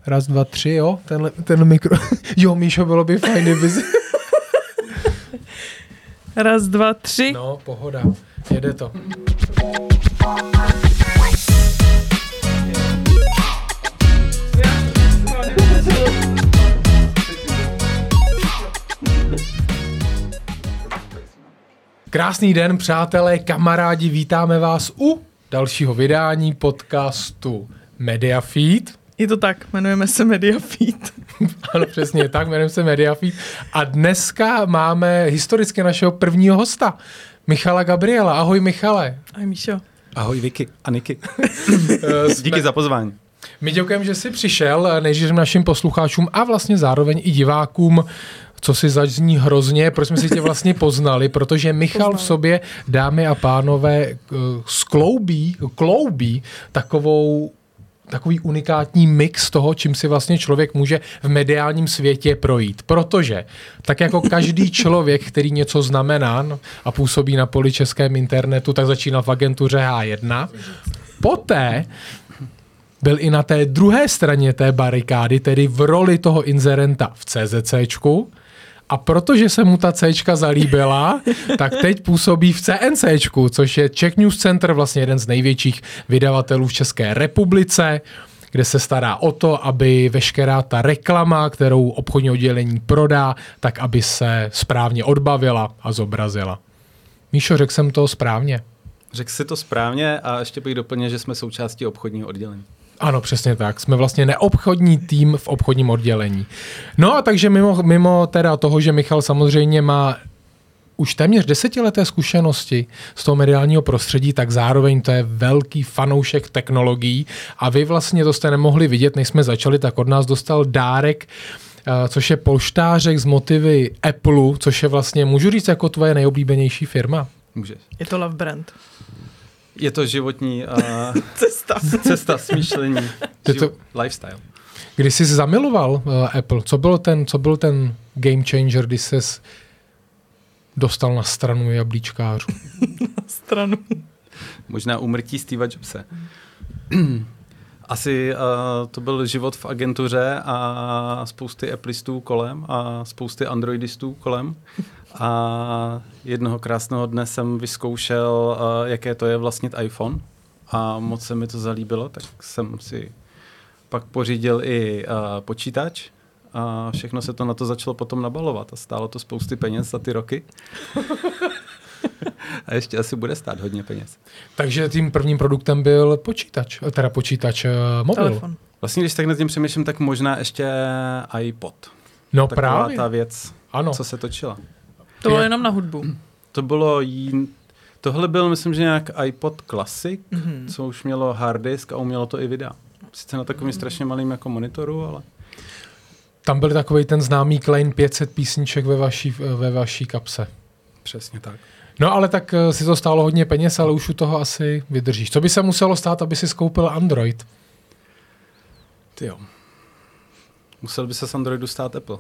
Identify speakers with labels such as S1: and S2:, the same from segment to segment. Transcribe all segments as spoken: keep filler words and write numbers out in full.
S1: Raz, dva, tři, jo? Ten, ten mikro... Jo, Míšo, bylo by fajn, kdyby si...
S2: Raz, dva, tři.
S1: No, pohoda. Jede to. Krásný den, přátelé, kamarádi, vítáme vás u dalšího vydání podcastu Mediafeed.
S2: Je to tak, jmenujeme se Mediafeed.
S1: Ano, přesně tak, jmenujeme se Mediafeed. A dneska máme historicky našeho prvního hosta, Michala Gabriela. Ahoj, Michale.
S2: Ahoj, Míšo.
S3: Ahoj, Vicky a Niky. Díky za pozvání.
S1: My děkujeme, že jsi přišel, nejdřív našim posluchačům a vlastně zároveň i divákům, co si zazní hrozně, proč jsme si tě vlastně poznali, protože Michal Poznali. v sobě, dámy a pánové, skloubí, kloubí takovou, takový unikátní mix toho, čím si vlastně člověk může v mediálním světě projít. Protože tak jako každý člověk, který něco znamená a působí na poli českém internetu, tak začínal v agentuře H jedna. Poté byl i na té druhé straně té barikády, tedy v roli toho inzerenta v CZCčku. A protože se mu ta Cčka zalíbila, tak teď působí v CNCčku, což je Czech News Center, vlastně jeden z největších vydavatelů v České republice, kde se stará o to, aby veškerá ta reklama, kterou obchodní oddělení prodá, tak aby se správně odbavila a zobrazila. Míšo, řekl jsem to správně?
S3: Řekl si to správně a ještě bych doplnil, že jsme součástí obchodního oddělení.
S1: Ano, přesně tak. Jsme vlastně neobchodní tým v obchodním oddělení. No a takže mimo, mimo teda toho, že Michal samozřejmě má už téměř desetileté zkušenosti z toho mediálního prostředí, tak zároveň to je velký fanoušek technologií a vy vlastně to jste nemohli vidět, než jsme začali, tak od nás dostal dárek, což je polštářek z motivy Apple, což je vlastně, můžu říct, jako tvoje nejoblíbenější firma?
S3: Můžeš.
S2: Je to love brand.
S3: Je to životní uh,
S2: cesta.
S3: cesta smýšlení.
S1: Je to...
S3: Lifestyle.
S1: Když jsi zamiloval uh, Apple, co byl ten, co byl ten game changer, když ses dostal na stranu jablíčkářů?
S2: Na stranu.
S3: Možná úmrtí Steva Jobse. Asi uh, to byl život v agentuře a spousty Applistů kolem a spousty Androidistů kolem. A jednoho krásného dne jsem vyzkoušel, uh, jaké to je vlastnit iPhone a moc se mi to zalíbilo, tak jsem si pak pořídil i uh, počítač a všechno se to na to začalo potom nabalovat a stálo to spousty peněz za ty roky. A ještě asi bude stát hodně peněz.
S1: Takže tím prvním produktem byl počítač, teda počítač uh, mobil.
S2: Telefon.
S3: Vlastně, když tak nad tím přemýšlím, tak možná ještě iPod.
S1: No
S3: taková
S1: právě.
S3: ta věc,
S1: ano.
S3: Co se točila.
S2: To bylo jenom na hudbu.
S3: To bylo jí... Tohle byl, myslím, že nějak iPod Classic,
S2: mm-hmm.
S3: co už mělo hard disk a umělo to i videa. Sice na takovým mm-hmm. strašně malým jako monitoru, ale...
S1: Tam byl takovej ten známý claim pět set písniček ve vaší, ve vaší kapse.
S3: Přesně tak.
S1: No ale tak uh, si to stálo hodně peněz, ale už u toho asi vydržíš. Co by se muselo stát, aby si skoupil Android?
S3: Ty jo. Musel by se z Androidu stát Apple.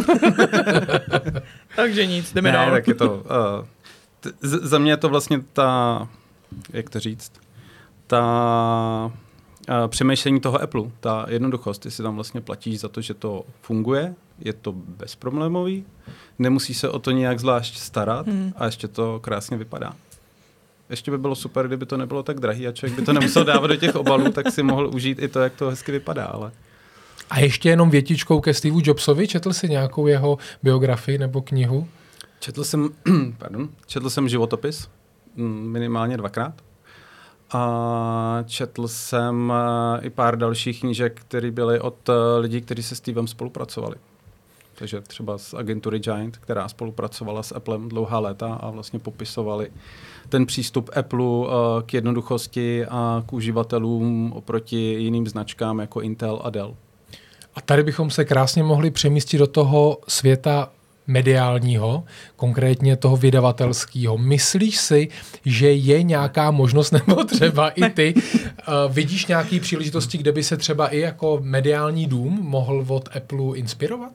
S2: Takže nic, jdeme
S3: ne,
S2: dál.
S3: tak je to... Uh, t- z- za mě je to vlastně ta... Jak to říct? Ta... Uh, přemýšlení toho Apple, ta jednoduchost, ty si tam vlastně platíš za to, že to funguje, je to bezproblémový, nemusí se o to nějak zvlášť starat hmm. a ještě to krásně vypadá. Ještě by bylo super, kdyby to nebylo tak drahý a člověk by to nemusel dávat do těch obalů, tak si mohl užít i to, jak to hezky vypadá, ale...
S1: A ještě jenom větičkou ke Steveu Jobsovi, četl jsi nějakou jeho biografii nebo knihu?
S3: Četl jsem, pardon, četl jsem životopis minimálně dvakrát. A četl jsem uh, i pár dalších knížek, které byly od uh, lidí, kteří se Stevem spolupracovali. Takže třeba z agentury Giant, která spolupracovala s Applem dlouhá léta a vlastně popisovali ten přístup Apple uh, k jednoduchosti a k uživatelům oproti jiným značkám jako Intel a Dell.
S1: A tady bychom se krásně mohli přemístit do toho světa mediálního, konkrétně toho vydavatelského. Myslíš si, že je nějaká možnost, nebo třeba i ty, uh, vidíš nějaké příležitosti, kde by se třeba i jako mediální dům mohl od Apple inspirovat?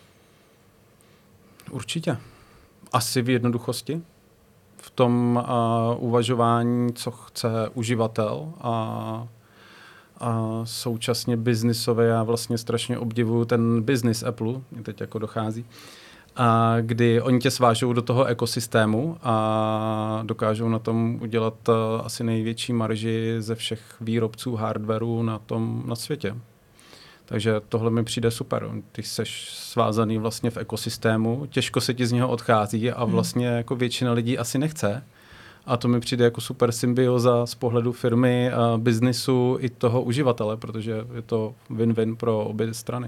S3: Určitě. Asi v jednoduchosti. V tom uh, uvažování, co chce uživatel a a současně biznisové. Já vlastně strašně obdivuju ten business Apple, mě teď jako dochází, a kdy oni tě svážou do toho ekosystému a dokážou na tom udělat uh, asi největší marži ze všech výrobců hardwareu na tom na světě. Takže tohle mi přijde super. Ty jsi svázaný vlastně v ekosystému, těžko se ti z něho odchází a vlastně jako většina lidí asi nechce. A to mi přijde jako super symbioza z pohledu firmy, a biznisu i toho uživatele, protože je to win-win pro obě strany.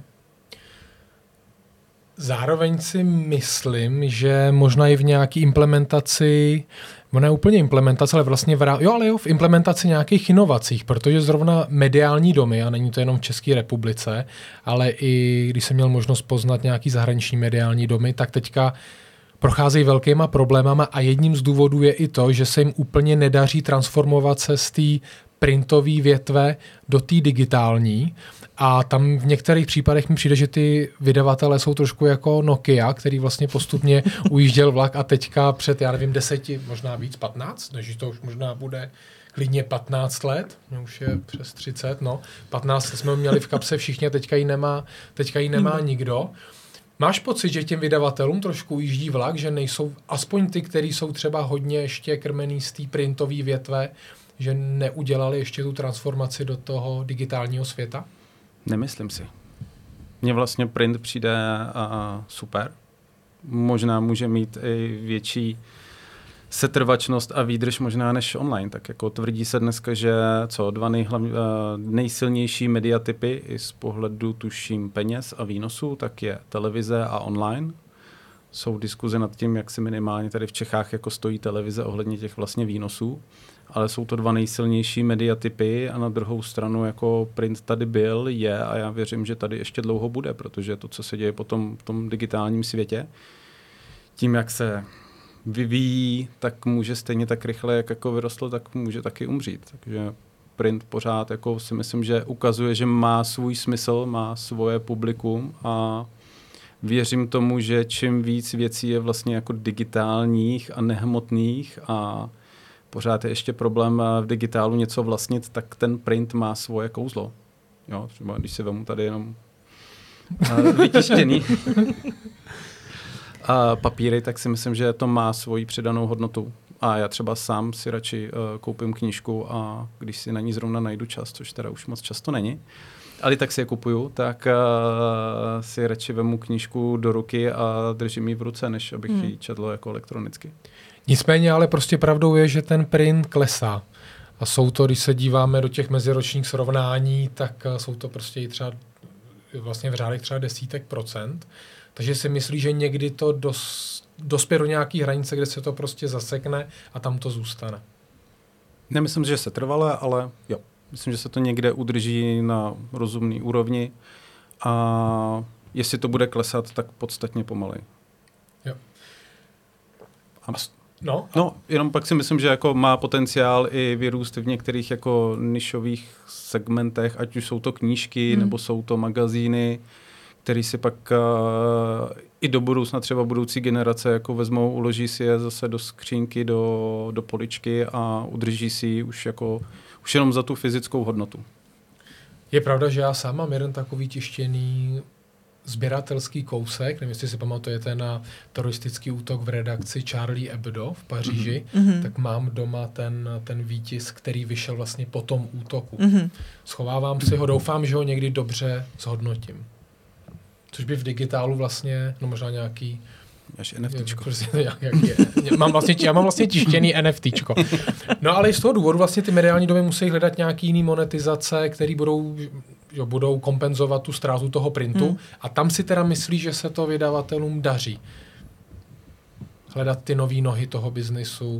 S1: Zároveň si myslím, že možná i v nějaké implementaci, možná úplně implementace, ale vlastně v, rá... jo, ale jo, v implementaci nějakých inovacích, protože zrovna mediální domy, a není to jenom v České republice, ale i když jsem měl možnost poznat nějaký zahraniční mediální domy, tak teďka procházejí velkýma problémama a jedním z důvodů je i to, že se jim úplně nedaří transformovat se z té printové větve do té digitální. A tam v některých případech mi přijde, že ty vydavatelé jsou trošku jako Nokia, který vlastně postupně ujížděl vlak a teďka před, já nevím, deseti, možná víc, patnáct, než to už možná bude klidně patnáct let, mě už je přes třicet, no, patnáct jsme ho měli v kapse všichni a teďka ji nemá, teďka ji nemá nikdo. Máš pocit, že těm vydavatelům trošku ujíždí vlak, že nejsou, aspoň ty, kteří jsou třeba hodně ještě krmený z té printové větve, že neudělali ještě tu transformaci do toho digitálního světa?
S3: Nemyslím si. Mně vlastně print přijde a, super. Možná může mít i větší setrvačnost a výdrž možná než online. Tak jako tvrdí se dneska, že co dva nejhlavně, nejsilnější mediatypy i z pohledu tuším peněz a výnosů, tak je televize a online. Jsou diskuze nad tím, jak si minimálně tady v Čechách jako stojí televize ohledně těch vlastně výnosů. Ale jsou to dva nejsilnější mediatypy a na druhou stranu jako print tady byl, je a já věřím, že tady ještě dlouho bude, protože to, co se děje potom v tom digitálním světě, tím, jak se vyvíjí, tak může stejně tak rychle, jak jako vyrostl, tak může taky umřít. Takže print pořád jako si myslím, že ukazuje, že má svůj smysl, má svoje publikum a věřím tomu, že čím víc věcí je vlastně jako digitálních a nehmotných a pořád je ještě problém v digitálu něco vlastnit, tak ten print má svoje kouzlo. Jo, třeba když si vemu tady jenom uh, vytištěný a papíry, tak si myslím, že to má svoji přidanou hodnotu. A já třeba sám si radši uh, koupím knížku a když si na ní zrovna najdu čas, což teda už moc často není, ale tak si je kupuju, tak uh, si radši vemu knížku do ruky a držím ji v ruce, než abych hmm. ji četl jako elektronicky.
S1: Nicméně ale prostě pravdou je, že ten print klesá. A jsou to, když se díváme do těch meziročních srovnání, tak jsou to prostě i třeba vlastně v řádech třeba desítek procent. Takže si myslí, že někdy to dos, dospěje do nějaký hranice, kde se to prostě zasekne a tam to zůstane.
S3: Nemyslím, že se trvale, ale jo. Myslím, že se to někde udrží na rozumný úrovni a jestli to bude klesat, tak podstatně pomalej.
S1: Jo.
S3: A
S1: No,
S3: no, jenom pak si myslím, že jako má potenciál i vyrůst v některých jako nišových segmentech, ať už jsou to knížky, hmm. nebo jsou to magazíny, který si pak uh, i do budoucna třeba budoucí generace jako vezmou, uloží si je zase do skřínky, do, do poličky a udrží si ji už jako už jenom za tu fyzickou hodnotu.
S1: Je pravda, že já sám mám jeden takový tištěný sběratelský kousek, nevím, jestli si pamatujete na teroristický útok v redakci Charlie Hebdo v Paříži, mm-hmm. tak mám doma ten, ten výtisk, který vyšel vlastně po tom útoku. Mm-hmm. Schovávám si ho, doufám, že ho někdy dobře zhodnotím. Což by v digitálu vlastně, no možná nějaký
S3: Až NFTčko.
S1: Prostě, jak, jak je. Mám vlastně, já mám vlastně tištěný NFTčko. No ale i z toho důvodu vlastně ty mediální domy musí hledat nějaký jiný monetizace, které budou, jo, budou kompenzovat tu ztrátu toho printu. Hmm. A tam si teda myslí, že se to vydavatelům daří. Hledat ty nový nohy toho biznisu.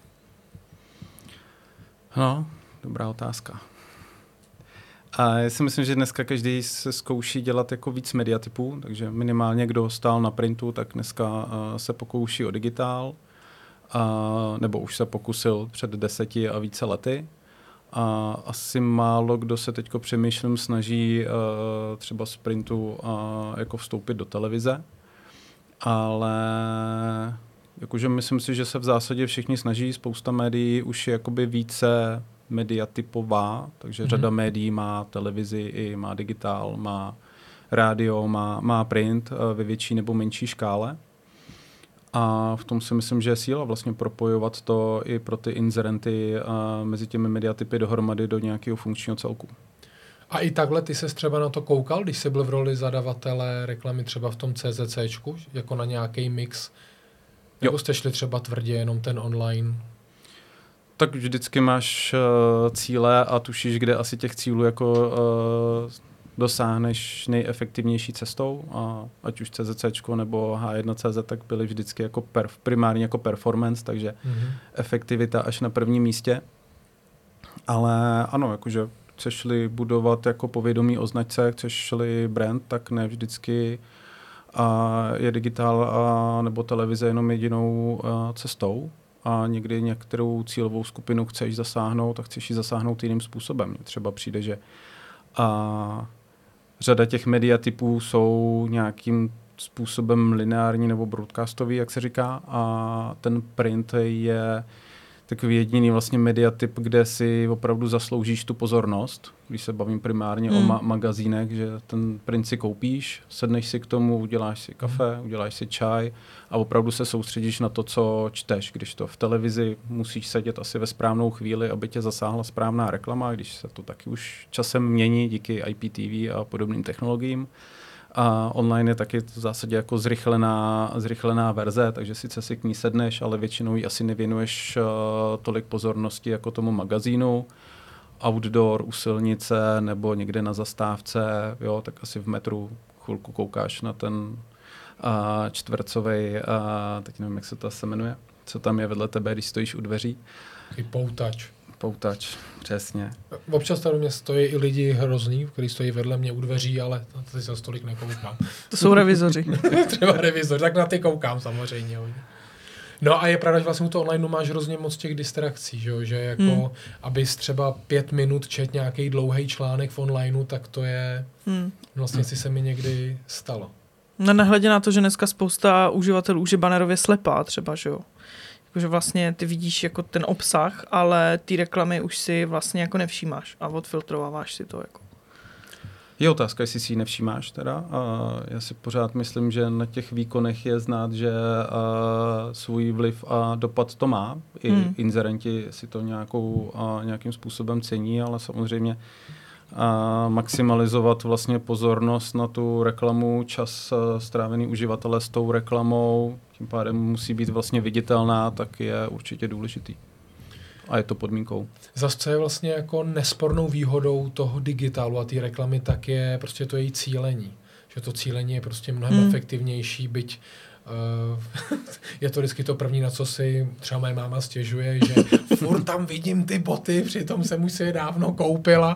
S3: No, dobrá otázka. A já si myslím, že dneska každý se zkouší dělat jako víc mediatypů, takže minimálně kdo stál na printu, tak dneska uh, se pokouší o digitál, uh, nebo už se pokusil před deseti a více lety. A asi málo kdo se teďko přemýšlím snaží uh, třeba z printu uh, jako vstoupit do televize, ale jakože myslím si, že se v zásadě všichni snaží, spousta médií už je jakoby více mediatypová, takže
S1: Mhm.
S3: řada médií má televizi, i má digitál, má rádio, má, má print uh, ve větší nebo menší škále. A v tom si myslím, že je síla vlastně propojovat to i pro ty inzerenty uh, mezi těmi mediatypy dohromady do nějakého funkčního celku.
S1: A i takhle ty ses třeba na to koukal, když jsi byl v roli zadavatele reklamy třeba v tom CZCčku, jako na nějaký mix? Nebo
S3: Jo.
S1: jste šli třeba tvrdě jenom ten online?
S3: Tak vždycky máš uh, cíle a tušíš, kde asi těch cílů jako uh, dosáhneš nejefektivnější cestou. A ať už CZCčko nebo H jedna tečka cé zet, tak byly vždycky jako per, primárně jako performance, takže
S1: Mhm.
S3: efektivita až na prvním místě. Ale ano, jakože chceš-li budovat jako povědomí o značce, chceš-li brand, tak ne vždycky a je digitál a, nebo televize jenom jedinou a, cestou. A někdy některou cílovou skupinu chceš zasáhnout a chceš ji zasáhnout jiným způsobem. Mně třeba přijde, že a, řada těch mediatypů jsou nějakým způsobem lineární nebo broadcastový, jak se říká, a ten print je takový jediný vlastně mediatyp, kde si opravdu zasloužíš tu pozornost, když se bavím primárně hmm. o ma- magazínech, že ten print si koupíš, sedneš si k tomu, uděláš si kafe, uděláš si čaj a opravdu se soustředíš na to, co čteš. Když to v televizi musíš sedět asi ve správnou chvíli, aby tě zasáhla správná reklama, když se to taky už časem mění díky I P T V a podobným technologiím. A online je taky v zásadě jako zrychlená, zrychlená verze, takže sice si k ní sedneš, ale většinou ji asi nevěnuješ uh, tolik pozornosti jako tomu magazínu. Outdoor u silnice nebo někde na zastávce, jo, tak asi v metru chvilku koukáš na ten uh, čtvercovej, uh, teď nevím, jak se to se jmenuje, co tam je vedle tebe, když stojíš u dveří.
S1: I poutač.
S3: Poutač, přesně.
S1: Občas tady mě stojí i lidi hrozný, kteří stojí vedle mě u dveří, ale na ty se stolik nekoukám.
S2: To jsou revizoři.
S1: Třeba revizor, tak na ty koukám samozřejmě. No a je pravda, že vlastně u toho online máš hrozně moc těch distrakcí, že, jo? Že jako, hmm. abys třeba pět minut čet nějaký dlouhý článek v onlineu, tak to je, hmm. vlastně si se mi někdy stalo.
S2: No nehledě na to, že dneska spousta uživatelů už je bannerově slepá třeba, že jo. Jakože vlastně ty vidíš jako ten obsah, ale ty reklamy už si vlastně jako nevšímáš a odfiltrováváš si to jako.
S3: Je otázka, jestli si ji nevšímáš teda. Uh, já si pořád myslím, že na těch výkonech je znát, že uh, svůj vliv a dopad to má. I hmm. inzerenti si to nějakou, uh, nějakým způsobem cení, ale samozřejmě a maximalizovat vlastně pozornost na tu reklamu, čas strávený uživatele s tou reklamou, tím pádem musí být vlastně viditelná, tak je určitě důležitý. A je to podmínkou.
S1: Zas co je vlastně jako nespornou výhodou toho digitálu a té reklamy, tak je prostě to její cílení. Že to cílení je prostě mnohem hmm. efektivnější, byť uh, je to vždycky to první, na co si třeba moje máma stěžuje, že furt tam vidím ty boty, přitom jsem už si je dávno koupila.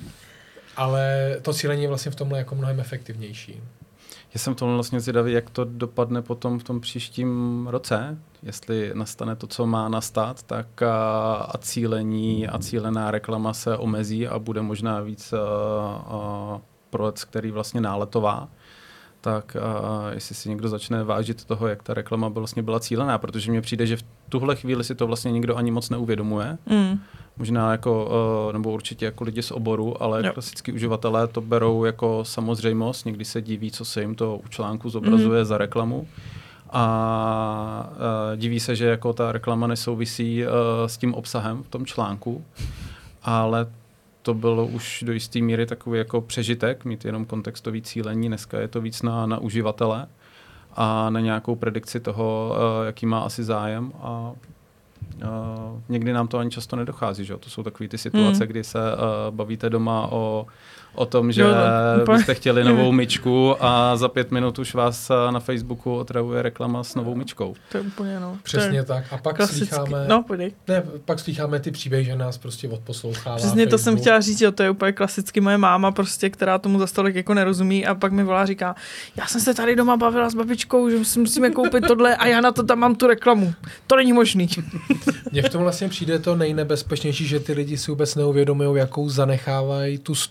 S1: Ale to cílení je vlastně v tomhle jako mnohem efektivnější.
S3: Já jsem v tomhle vlastně zvědavý, jak to dopadne potom v tom příštím roce, jestli nastane to, co má nastat, tak a, a cílení a cílená reklama se omezí a bude možná víc a, a projekt, který vlastně náletová. Tak a jestli si někdo začne vážit toho, jak ta reklama vlastně byla cílená, protože mně přijde, že v tuhle chvíli si to vlastně nikdo ani moc neuvědomuje. Mm. Možná jako, nebo určitě jako lidi z oboru, ale jo. klasický uživatelé to berou jako samozřejmost. Někdy se diví, co se jim to u článku zobrazuje mm. za reklamu. A, a diví se, že jako ta reklama nesouvisí s tím obsahem v tom článku, ale to bylo už do jisté míry takový jako přežitek, mít jenom kontextový cílení. Dneska je to víc na, na uživatele a na nějakou predikci toho, jaký má asi zájem. A Uh, někdy nám to ani často nedochází, že? To jsou takové ty situace, hmm. kdy se uh, bavíte doma o, o tom, že jo, no, byste chtěli novou myčku a za pět minut už vás na Facebooku otravuje reklama s novou myčkou.
S2: To je úplně, no.
S1: Přesně je tak. A pak slýcháme,
S2: no, pojď.
S1: Ne, pak slýcháme ty příběhy, že nás prostě odposlouchává
S2: Přesně
S1: Facebook.
S2: To jsem chtěla říct, jo, to je úplně klasicky moje máma prostě, která tomu za stolik jako nerozumí a pak mi volá, říká, já jsem se tady doma bavila s babičkou, že si musíme koupit tohle a já na to tam mám tu reklamu. To není možný.
S1: Mně v tom vlastně přijde to nejnebezpečnější, že ty lidi si vůbec neuvědomují, jakou zanechávají tu stopu na tom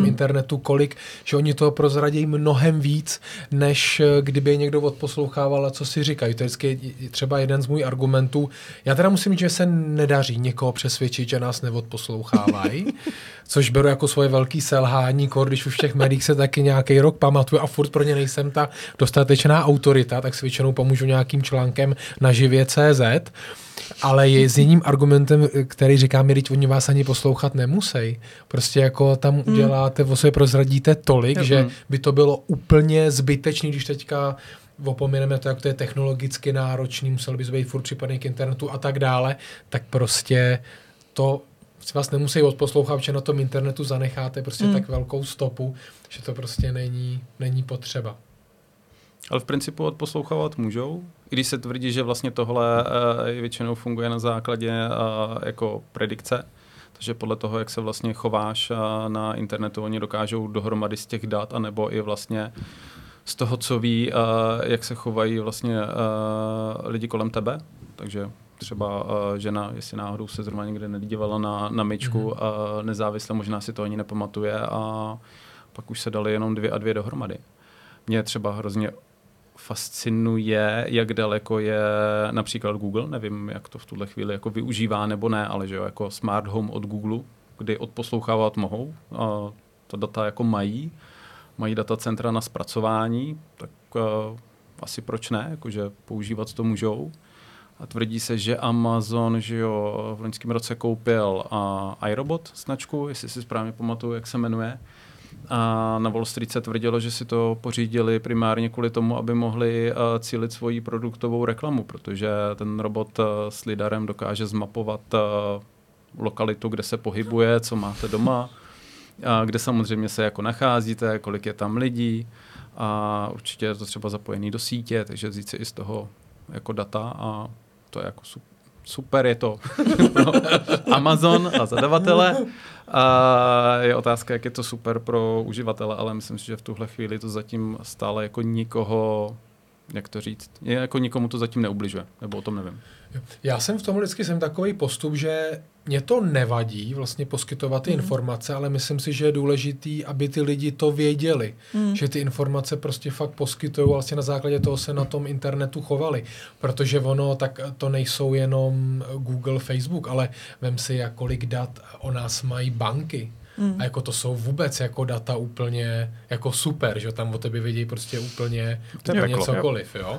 S1: tom internetu, kolik, že oni toho prozradí mnohem víc, než kdyby je někdo odposlouchával, co si říkají. To je vždycky třeba jeden z můj argumentů. Já teda musím říct, že se nedaří někoho přesvědčit, že nás neodposlouchávají, což beru jako svoje velké selhání, když už v těch médiích se taky nějaký rok pamatuju a furt pro ně nejsem ta dostatečná autorita, tak si většinou pomůžu nějakým článkem na živě tečka cé zet, ale je s jiným argumentem, který říká mi, teď oni vás ani poslouchat nemusí. Prostě jako tam mm. uděláte, o sobě prozradíte tolik, mm. že by to bylo úplně zbytečný, když teďka opomeneme to, jak to je technologicky náročný, musel by být furt připadný k internetu a tak dále, tak prostě to si vás nemusí odposlouchat, že na tom internetu zanecháte prostě mm. tak velkou stopu, že to prostě není, není potřeba.
S3: Ale v principu odposlouchávat můžou, i když se tvrdí, že vlastně tohle uh, většinou funguje na základě uh, jako predikce, takže podle toho, jak se vlastně chováš uh, na internetu, oni dokážou dohromady z těch dat, anebo i vlastně z toho, co ví, uh, jak se chovají vlastně uh, lidi kolem tebe, takže třeba uh, žena, jestli náhodou se zrovna někde nedívala na, na myčku, mm-hmm. uh, nezávisle, možná si to ani nepamatuje a pak už se dali jenom dvě a dvě dohromady. Mě třeba hrozně fascinuje, jak daleko je například Google, nevím, jak to v tuhle chvíli jako využívá nebo ne, ale že jo, jako smart home od Google, kdy odposlouchávat mohou, a ta data jako mají, mají datacentra na zpracování, tak uh, asi proč ne, jakože používat to můžou. A tvrdí se, že Amazon, že jo, v loňském roce koupil uh, iRobot značku, jestli si správně pamatuju, jak se jmenuje. A na Wall Street se tvrdilo, že si to pořídili primárně kvůli tomu, aby mohli uh, cílit svoji produktovou reklamu, protože ten robot uh, s lidarem dokáže zmapovat uh, lokalitu, kde se pohybuje, co máte doma, a kde samozřejmě se jako nacházíte, kolik je tam lidí a určitě je to třeba zapojený do sítě, takže vzít si i z toho jako data a to je jako super. Super je to pro Amazon a zadavatele. A je otázka, jak je to super pro uživatele, ale myslím si, že v tuhle chvíli to zatím stále jako nikoho, jak to říct, jako nikomu to zatím neubližuje, nebo o tom nevím.
S1: Já jsem v tom vždycky jsem takový postup, že mě to nevadí vlastně poskytovat ty mm. informace, ale myslím si, že je důležitý, aby ty lidi to věděli, mm. že ty informace prostě fakt poskytují, vlastně na základě toho se na tom internetu chovali, protože ono, tak to nejsou jenom Google, Facebook, ale vem si, jak kolik dat o nás mají banky. Mm. A jako to jsou vůbec jako data úplně jako super, že tam o tebe vědí prostě úplně, úplně cokoliv, jo.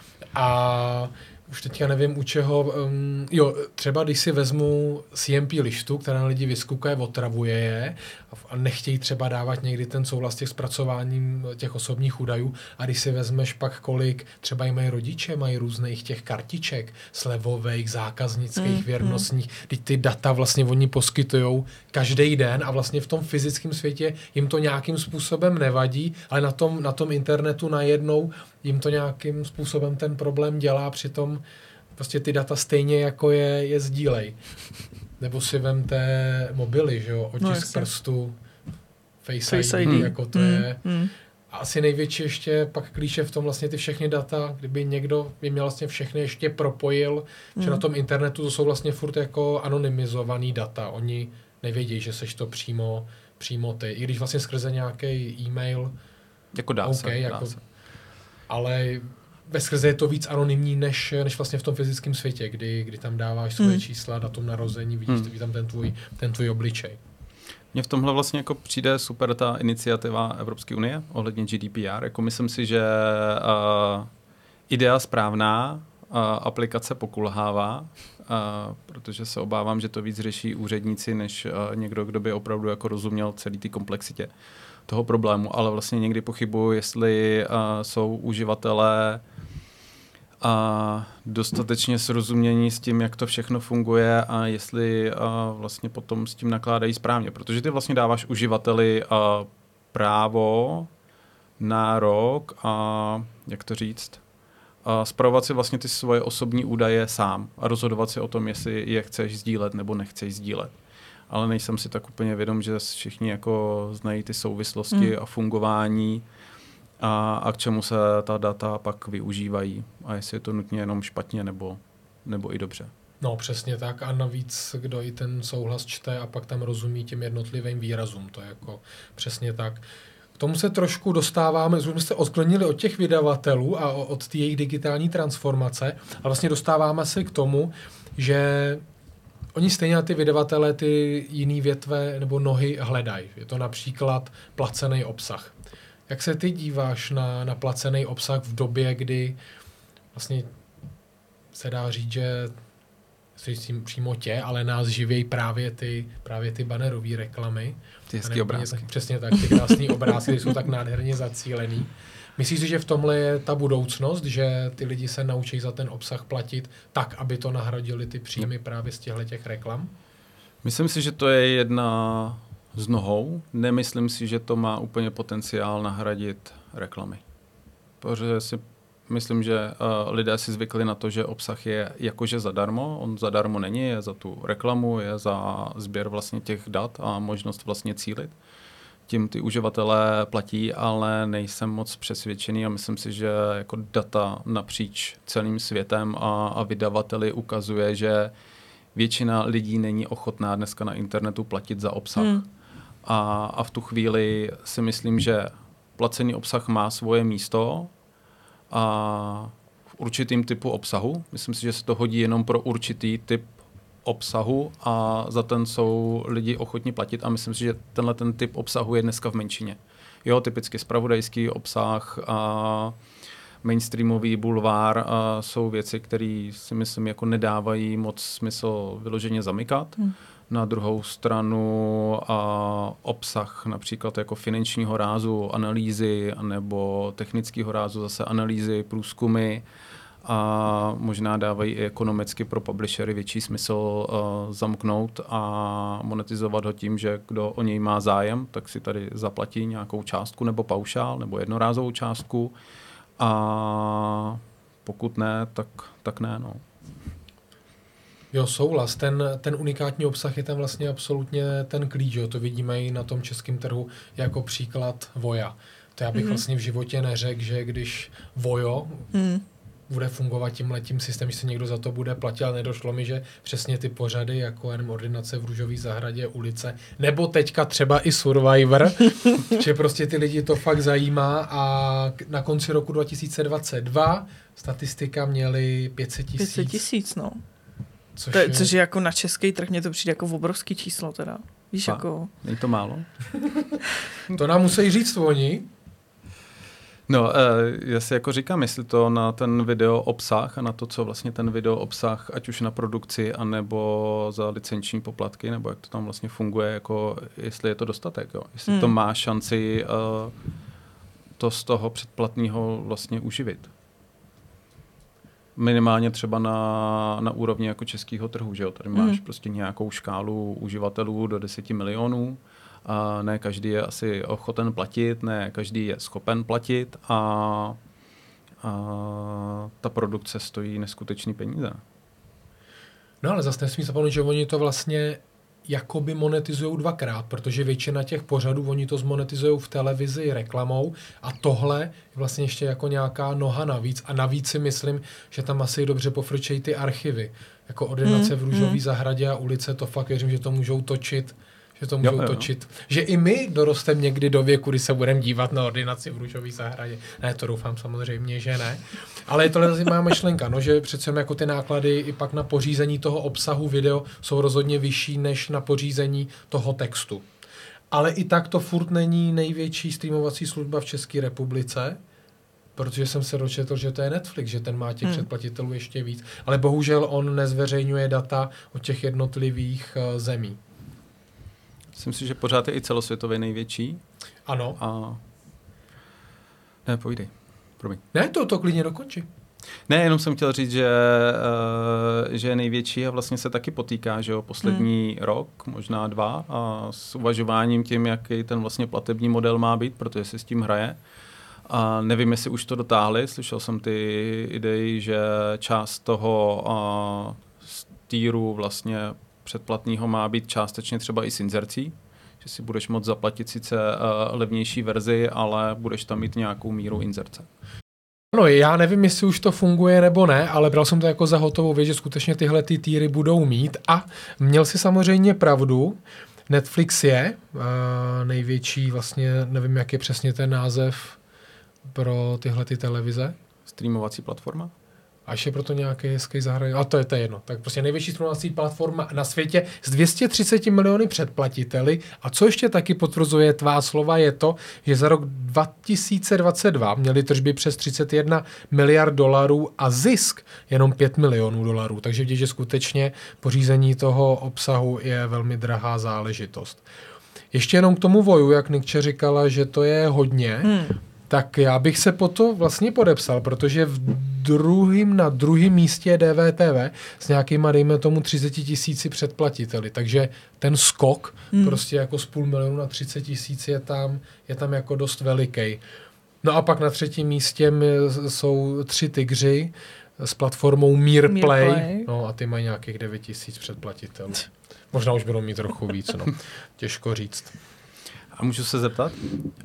S1: A už teďka nevím u čeho, um, jo, třeba když si vezmu C M P lištu, která na lidi vyskukuje, otravuje je a nechtějí třeba dávat někdy ten souhlas těch zpracováním těch osobních údajů a když si vezmeš pak kolik, třeba i mají rodiče, mají různých těch kartiček, slevových, zákaznických, mm, věrnostních, teď ty data vlastně oni poskytujou každý den a vlastně v tom fyzickém světě jim to nějakým způsobem nevadí, ale na tom, na tom internetu najednou jim to nějakým způsobem ten problém dělá, přitom prostě ty data stejně jako je, je sdílej. Nebo si vemte mobily, že jo, otisk no, prstu, Face, Face I D, I D, jako to mm, je. Mm. A asi největší ještě pak klíče v tom vlastně ty všechny data, kdyby někdo by měl vlastně všechny ještě propojil, mm. že na tom internetu to jsou vlastně furt jako anonymizovaný data. Oni nevědí, že seš to přímo, přímo ty. I když vlastně skrze nějaký e-mail,
S3: jako dá
S1: okay,
S3: se,
S1: jako,
S3: dá se.
S1: Ale veskrze je to víc anonymní, než, než vlastně v tom fyzickém světě, kdy, kdy tam dáváš svoje hmm. čísla, datum narození, vidíš, hmm. vidíš tam ten tvůj, ten tvůj obličej.
S3: Mně v tomhle vlastně jako přijde super ta iniciativa Evropské unie ohledně G D P R. Jako myslím si, že uh, idea správná, uh, aplikace pokulhává, uh, protože se obávám, že to víc řeší úředníci, než uh, někdo, kdo by opravdu jako rozuměl celý té komplexitě toho problému, ale vlastně někdy pochybuji, jestli uh, jsou uživatelé uh, dostatečně srozumění s tím, jak to všechno funguje a jestli uh, vlastně potom s tím nakládají správně, protože ty vlastně dáváš uživateli uh, právo, nárok a uh, jak to říct, uh, spravovat si vlastně ty svoje osobní údaje sám a rozhodovat si o tom, jestli je chceš sdílet nebo nechceš sdílet. Ale nejsem si tak úplně vědom, že všichni jako znají ty souvislosti mm. a fungování a, a k čemu se ta data pak využívají a jestli je to nutně jenom špatně nebo, nebo i dobře.
S1: No přesně tak a navíc, kdo i ten souhlas čte a pak tam rozumí těm jednotlivým výrazům, to je jako přesně tak. K tomu se trošku dostáváme, jsme se odklonili od těch vydavatelů a od té jejich digitální transformace a vlastně dostáváme se k tomu, že oni stejně na ty vydavatele ty jiný větve nebo nohy hledají. Je to například placený obsah. Jak se ty díváš na, na placený obsah v době, kdy vlastně se dá říct, že přímo tě, ale nás živějí právě ty, právě ty bannerové reklamy.
S3: Ty hezký obrázky.
S1: Tak, přesně tak, ty krásný obrázky, jsou tak nádherně zacílený. Myslíš si, že v tomhle je ta budoucnost, že ty lidi se naučí za ten obsah platit tak, aby to nahradili ty příjmy právě z těchto reklam?
S3: Myslím si, že to je jedna z nohou. Nemyslím si, že to má úplně potenciál nahradit reklamy. Protože si myslím, že uh, lidé si zvykli na to, že obsah je jakože zadarmo. On zadarmo není, je za tu reklamu, je za sběr vlastně těch dat a možnost vlastně cílit. Tím ty uživatelé platí, ale nejsem moc přesvědčený a myslím si, že jako data napříč celým světem a, a vydavateli ukazuje, že většina lidí není ochotná dneska na internetu platit za obsah. Hmm. A, a v tu chvíli si myslím, že placený obsah má svoje místo a v určitým typu obsahu. Myslím si, že se to hodí jenom pro určitý typ obsahu a za ten jsou lidi ochotní platit a myslím si, že tenhle ten typ obsahu je dneska v menšině. Jo, typicky zpravodajský obsah a mainstreamový bulvár a jsou věci, které si myslím jako nedávají moc smysl vyloženě zamykat. Hmm. Na druhou stranu a obsah například jako finančního rázu, analýzy nebo technického rázu zase analýzy, průzkumy a možná dávají i ekonomicky pro publishery větší smysl uh, zamknout a monetizovat ho tím, že kdo o něj má zájem, tak si tady zaplatí nějakou částku nebo paušál nebo jednorázovou částku a pokud ne, tak, tak ne. No.
S1: Jo, souhlas. Ten, ten unikátní obsah je tam vlastně absolutně ten klíč. Jo. To vidíme i na tom českém trhu jako příklad Voja. To já bych mm-hmm. vlastně v životě neřekl, že když Vojo mm. bude fungovat tímhletím systémem, že se někdo za to bude platit, ale nedošlo mi, že přesně ty pořady jako jenom Ordinace v Růžové zahradě, Ulice, nebo teďka třeba i Survivor, že prostě ty lidi to fakt zajímá a na konci roku dva tisíce dvacet dva statistika měly pět set tisíc.
S2: pět set tisíc, no.
S1: Což,
S2: to je,
S1: je...
S2: což je jako na český trh, mně to přijde jako obrovský číslo teda. Víš, a, jako...
S3: Není to málo?
S1: To nám musí říct oni.
S3: No, já si jako říkám, jestli to na ten video obsah a na to, co vlastně ten video obsah, ať už na produkci, anebo za licenční poplatky, nebo jak to tam vlastně funguje, jako jestli je to dostatek, jo? Jestli hmm. to má šanci uh, to z toho předplatného vlastně uživit. Minimálně třeba na, na úrovni jako českého trhu, že jo? Tady máš hmm. prostě nějakou škálu uživatelů do deseti milionů. A ne každý je asi ochoten platit, ne každý je schopen platit a, a ta produkce stojí neskutečný peníze.
S1: No ale zase nesmí zapomenout, že oni to vlastně jakoby monetizujou dvakrát, protože většina těch pořadů oni to zmonetizujou v televizi reklamou a tohle je vlastně ještě jako nějaká noha navíc a navíc si myslím, že tam asi dobře pofrčejí ty archivy. Jako Ordinace mm, v Růžové mm. zahradě a Ulice, to fakt věřím, že to můžou točit že to můžou jo, jo. točit. Že i my dorostem někdy do věku, kdy se budeme dívat na Ordinaci v Růžové zahradě. Ne, to doufám samozřejmě, že ne. Ale je to zajímavá myšlenka, no, že přece jako ty náklady i pak na pořízení toho obsahu video jsou rozhodně vyšší než na pořízení toho textu. Ale i tak to furt není největší streamovací služba v České republice, protože jsem se dočetl, že to je Netflix, že ten má těch hmm. předplatitelů ještě víc. Ale bohužel on nezveřejňuje data o těch jednotlivých uh, zemí.
S3: Myslím si, že pořád je i celosvětově největší.
S1: Ano.
S3: A... Ne, pojdej. Promiň.
S1: Ne, to, to klidně dokončí.
S3: Ne, jenom jsem chtěl říct, že, uh, že je největší a vlastně se taky potýká, že jo, poslední hmm. rok, možná dva, a s uvažováním tím, jaký ten vlastně platební model má být, protože se s tím hraje. A nevím, jestli už to dotáhli, slyšel jsem ty idei, že část toho uh, stýru vlastně předplatného má být částečně třeba i s inzercí, že si budeš moct zaplatit sice uh, levnější verzi, ale budeš tam mít nějakou míru inzerce.
S1: No, já nevím, jestli už to funguje nebo ne, ale bral jsem to jako za hotovou věc, že skutečně tyhle ty týry budou mít a měl si samozřejmě pravdu. Netflix je uh, největší, vlastně nevím, jak je přesně ten název pro tyhle ty televize.
S3: Streamovací platforma?
S1: Až je proto nějaký hezký zahraniční. A to je to jedno. Tak prostě největší streamovací platforma na světě s dvě stě třicet miliony předplatiteli. A co ještě taky potvrzuje tvá slova, je to, že za rok dva tisíce dvacet dva měli tržby přes třicet jedna miliard dolarů a zisk jenom pět milionů dolarů. Takže vidíte, že skutečně pořízení toho obsahu je velmi drahá záležitost. Ještě jenom k tomu Voju, jak Nikče říkala, že to je hodně, hmm. tak já bych se po to vlastně podepsal, protože v druhým, na druhém místě je D V T V s nějakýma, dejme tomu, třicet tisíci předplatiteli. Takže ten skok hmm. prostě jako z půl milionu na třicet tisíc je tam, je tam jako dost veliký. No a pak na třetím místě jsou tři tygři s platformou Mír Play. Play. No a ty mají nějakých devět tisíc předplatitelů. Možná už budou mít trochu víc, no. Těžko říct.
S3: A můžu se zeptat?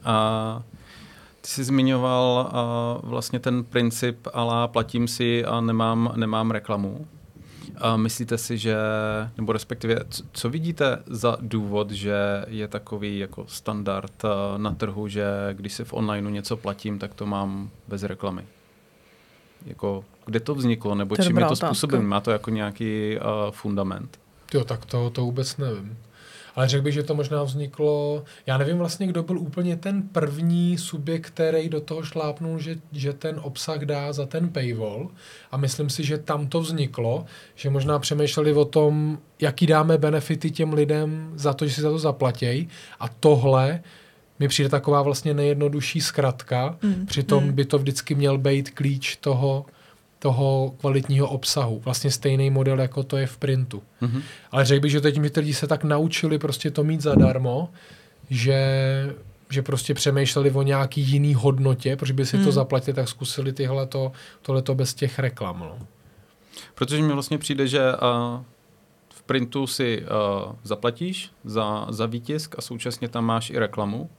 S3: A ty jsi zmiňoval uh, vlastně ten princip ala platím si a nemám, nemám reklamu. A myslíte si, že, nebo respektive, co, co vidíte za důvod, že je takový jako standard uh, na trhu, že když si v onlineu něco platím, tak to mám bez reklamy? Jako, kde to vzniklo, nebo to čím je to způsobem? Má to jako nějaký uh, fundament?
S1: Jo, tak to, to vůbec nevím. Ale řekl bych, že to možná vzniklo, já nevím vlastně, kdo byl úplně ten první subjekt, který do toho šlápnul, že, že ten obsah dá za ten paywall a myslím si, že tam to vzniklo, že možná přemýšleli o tom, jaký dáme benefity těm lidem za to, že si za to zaplatějí a tohle mi přijde taková vlastně nejjednodušší zkratka, mm. přitom mm. by to vždycky měl být klíč toho, toho kvalitního obsahu. Vlastně stejný model, jako to je v printu. Mm-hmm. Ale řekl bych, že teď mi ty lidi se tak naučili prostě to mít zadarmo, že, že prostě přemýšleli o nějaký jiný hodnotě, protože by si mm. to zaplatili, tak zkusili tyhleto, tohleto bez těch reklam. No.
S3: Protože mi vlastně přijde, že uh, v printu si uh, zaplatíš za, za výtisk a současně tam máš i reklamu.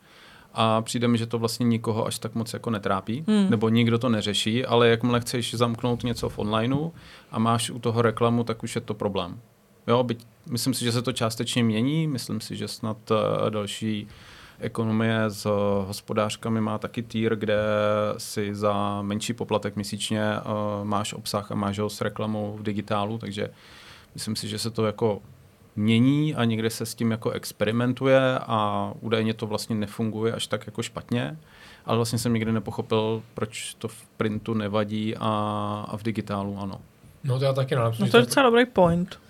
S3: A přijde mi, že to vlastně nikoho až tak moc jako netrápí, hmm. nebo nikdo to neřeší, ale jakmile chceš zamknout něco v onlineu a máš u toho reklamu, tak už je to problém. Jo, byť, myslím si, že se to částečně mění, myslím si, že snad uh, další ekonomie s uh, hospodářkami má taky tier, kde si za menší poplatek měsíčně uh, máš obsah a máš ho s reklamou v digitálu, takže myslím si, že se to jako mění a někde se s tím jako experimentuje a údajně to vlastně nefunguje až tak jako špatně, ale vlastně jsem nikdy nepochopil, proč to v printu nevadí a, a v digitálu ano.
S1: No to já taky nevím.
S2: No to je docela dobrý point.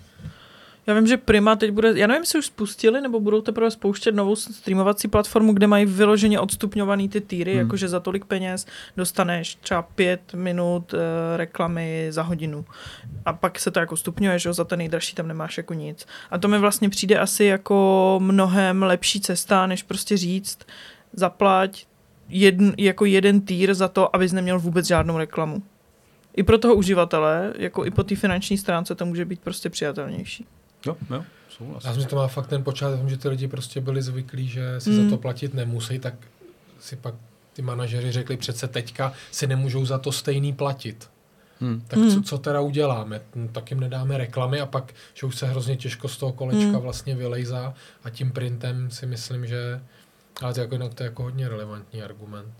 S2: Já vím, že Prima teď bude, já nevím, jestli už spustili, nebo budou teprve spouštět novou streamovací platformu, kde mají vyloženě odstupňovaný ty týry, hmm. jakože za tolik peněz dostaneš třeba pět minut uh, reklamy za hodinu. A pak se to jako stupňuje, že za ten nejdražší tam nemáš jako nic. A to mi vlastně přijde asi jako mnohem lepší cesta, než prostě říct, zaplať jedn, jako jeden týr za to, abys neměl vůbec žádnou reklamu. I pro toho uživatele, jako i po té finanční stránce to může být prostě přijatelnější.
S3: Jo, jo, souhlas.
S1: Já myslím, že to má fakt ten počátek, že ty lidi prostě byli zvyklí, že si mm. za to platit nemusí, tak si pak ty manažeři řekli, přece teďka si nemůžou za to stejný platit. Hmm. Tak hmm. co, co teda uděláme? No, tak jim nedáme reklamy a pak, že už se hrozně těžko z toho kolečka hmm. vlastně vylejzá a tím printem si myslím, že ale to, jako, jinak to je jako hodně relevantní argument.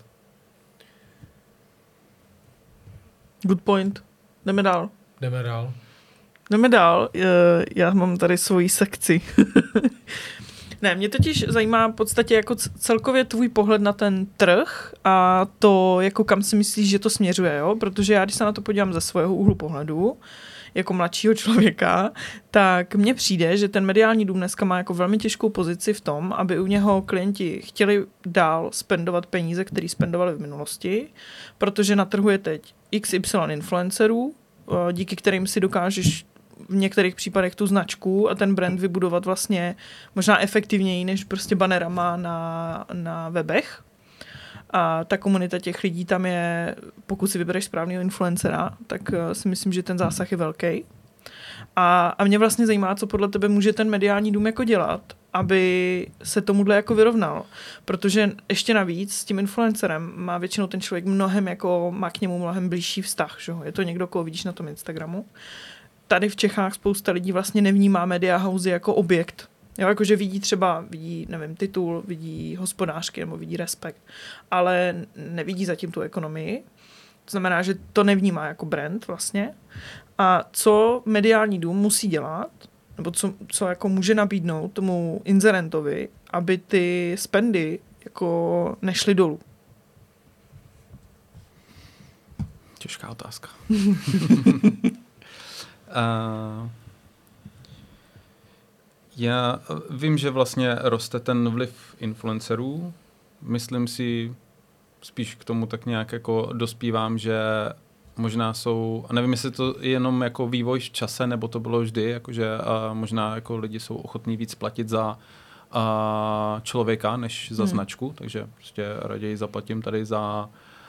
S2: Good point. Jdeme dál.
S1: Jdeme dál.
S2: Jdeme dál. Já mám tady svoji sekci. Ne, mě totiž zajímá v podstatě jako celkově tvůj pohled na ten trh a to, jako kam si myslíš, že to směřuje, jo? Protože já, když se na to podívám ze svého úhlu pohledu, jako mladšího člověka, tak mně přijde, že ten mediální dům dneska má jako velmi těžkou pozici v tom, aby u něho klienti chtěli dál spendovat peníze, které spendovali v minulosti, protože na trhu je teď iks ypsilon influencerů, díky kterým si dokážeš v některých případech tu značku a ten brand vybudovat vlastně možná efektivněji než prostě banerama na, na webech. A ta komunita těch lidí tam je, pokud si vybereš správného influencera, tak si myslím, že ten zásah je velký. A, a mě vlastně zajímá, co podle tebe může ten mediální dům jako dělat, aby se tomuhle jako vyrovnal. Protože ještě navíc s tím influencerem má většinou ten člověk mnohem jako, má k němu mnohem blížší vztah. Že? Je to někdo, koho vidíš na tom Instagramu. Tady v Čechách spousta lidí vlastně nevnímá media housey jako objekt. Jo, jakože vidí třeba, vidí, nevím, titul, vidí hospodářky nebo vidí Respekt, ale nevidí zatím tu ekonomii. To znamená, že to nevnímá jako brand vlastně. A co mediální dům musí dělat, nebo co, co jako může nabídnout tomu inzerentovi, aby ty spendy jako nešly dolů?
S3: Těžká otázka. uh, já vím, že vlastně roste ten vliv influencerů. Myslím si, spíš k tomu tak nějak jako dospívám, že možná jsou, a nevím, jestli to je jenom jako vývoj v čase, nebo to bylo vždy, jakože a možná jako lidi jsou ochotní víc platit za a, člověka, než za hmm. značku, takže prostě raději zaplatím tady za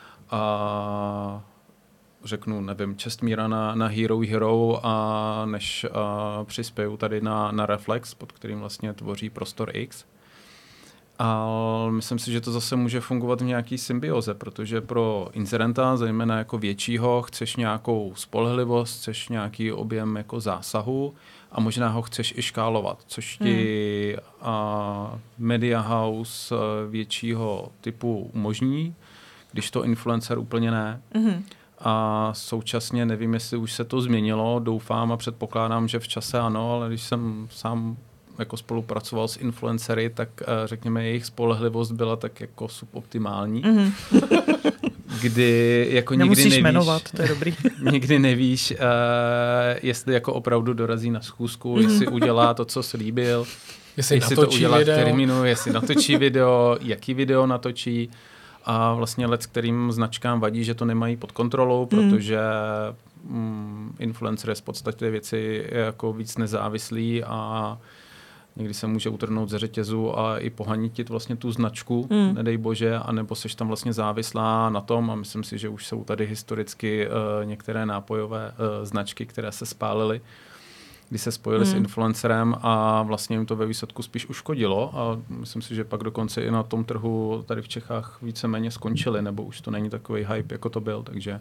S3: a, řeknu, nevím, Čestmíra na, na Hero Hero, a než a, přispěju tady na, na Reflex, pod kterým vlastně tvoří Prostor X. Ale myslím si, že to zase může fungovat v nějaký symbioze, protože pro inzerenta, zejména jako většího, chceš nějakou spolehlivost, chceš nějaký objem jako zásahu a možná ho chceš i škálovat, což ti hmm. a, media house většího typu umožní, když to influencer úplně ne. Hmm. A současně nevím, jestli už se to změnilo, doufám a předpokládám, že v čase ano, ale když jsem sám jako spolupracoval s influencery, tak řekněme, jejich spolehlivost byla tak jako suboptimální. Mm-hmm. Kdy jako
S2: Nemusíš
S3: nikdy nevíš,
S2: jmenovat, to je dobrý.
S3: nikdy nevíš, uh, jestli jako opravdu dorazí na schůzku, mm-hmm. jestli udělá to, co slíbil,
S1: jestli,
S3: jestli to udělá
S1: video.
S3: v termínu, jestli natočí video, jaký video natočí. A vlastně let, kterým značkám vadí, že to nemají pod kontrolou, protože mm, influencer je v podstatě věci jako víc nezávislý a někdy se může utrhnout ze řetězu a i pohanitit vlastně tu značku, mm. nedej bože, anebo seš tam vlastně závislá na tom a myslím si, že už jsou tady historicky uh, některé nápojové uh, značky, které se spálily, kdy se spojili mm. s influencerem a vlastně jim to ve výsledku spíš uškodilo a myslím si, že pak dokonce i na tom trhu tady v Čechách víceméně skončili, nebo už to není takový hype, jako to byl, takže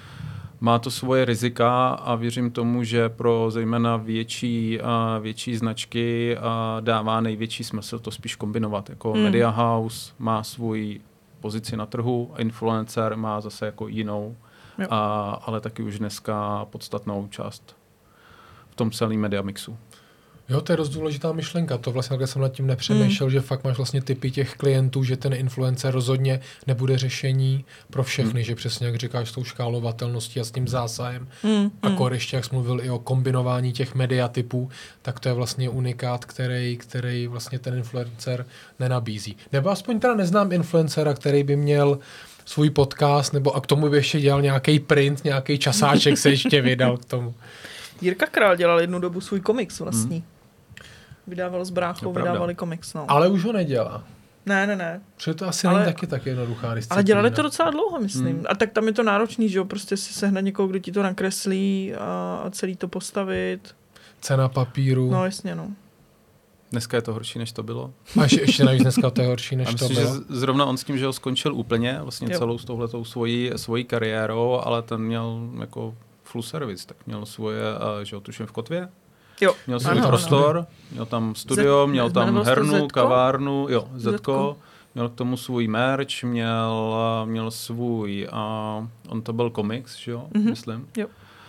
S3: má to svoje rizika a věřím tomu, že pro zejména větší, a větší značky a dává největší smysl to spíš kombinovat. Jako mm. Media House má svůj pozici na trhu, influencer má zase jako jinou, a, ale taky už dneska podstatnou část v tom celém media mixu.
S1: Jo, to je dost důležitá myšlenka. To vlastně, když jsem nad tím nepřemýšlel, mm. že fakt máš vlastně typy těch klientů, že ten influencer rozhodně nebude řešení pro všechny, mm. že přesně jak říkáš s tou škálovatelností a s tím zásahem. Mm. A kor ještě, jak jsi mluvil i o kombinování těch mediatypů, tak to je vlastně unikát, který, který vlastně ten influencer nenabízí. Nebo aspoň teda neznám influencera, který by měl svůj podcast, nebo a k tomu by ještě dělal nějaký print, nějaký časáček se ještě vydal k tomu.
S2: Jirka Král dělal jednu dobu svůj komiks vlastní. Hmm. Vydával s bráchou, vydávali komiks. No.
S1: Ale už ho nedělá.
S2: Ne, ne, ne.
S1: Protože to asi ale, není taky tak jednoduchá disciplína.
S2: Ale dělali to docela dlouho, myslím. Hmm. A tak tam je to náročný, že jo, prostě si sehnat někoho, kdo ti to nakreslí a, a celý to postavit.
S1: Cena papíru.
S2: No, jasně, no.
S3: Dneska je to horší, než to bylo.
S1: A ještě, ještě navíc dneska to je horší, než
S3: myslím,
S1: to bylo.
S3: Že zrovna on s tím, že ho skončil úplně, vlastně jo. celou s touhletou svojí, svojí kariérou, ale ten měl jako full service, tak měl svoje, že ho tuším v Kotvě.
S2: Jo.
S3: Měl svůj ano, prostor, ano. měl tam studio, Z, měl tam hernu,
S2: Zetko?
S3: kavárnu, jo, Zetko,
S2: Zetko.
S3: Měl k tomu svůj merch, měl, měl svůj, a on to byl komiks, že jo, mm-hmm. myslím.
S2: Jo.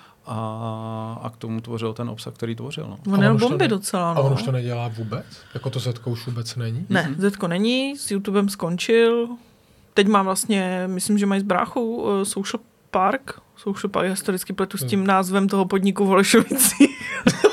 S3: A, a k tomu tvořil ten obsah, který tvořil. No.
S2: On měl bomby ne... docela. No.
S1: A on už to nedělá vůbec? Jako to Zetko už vůbec není?
S2: Ne, mm-hmm. Zetko není, s YouTubem skončil. Teď má vlastně, myslím, že mají s bráchou uh, Social Park. Social Park, já historicky pletu s tím názvem toho podniku v Holešovicích.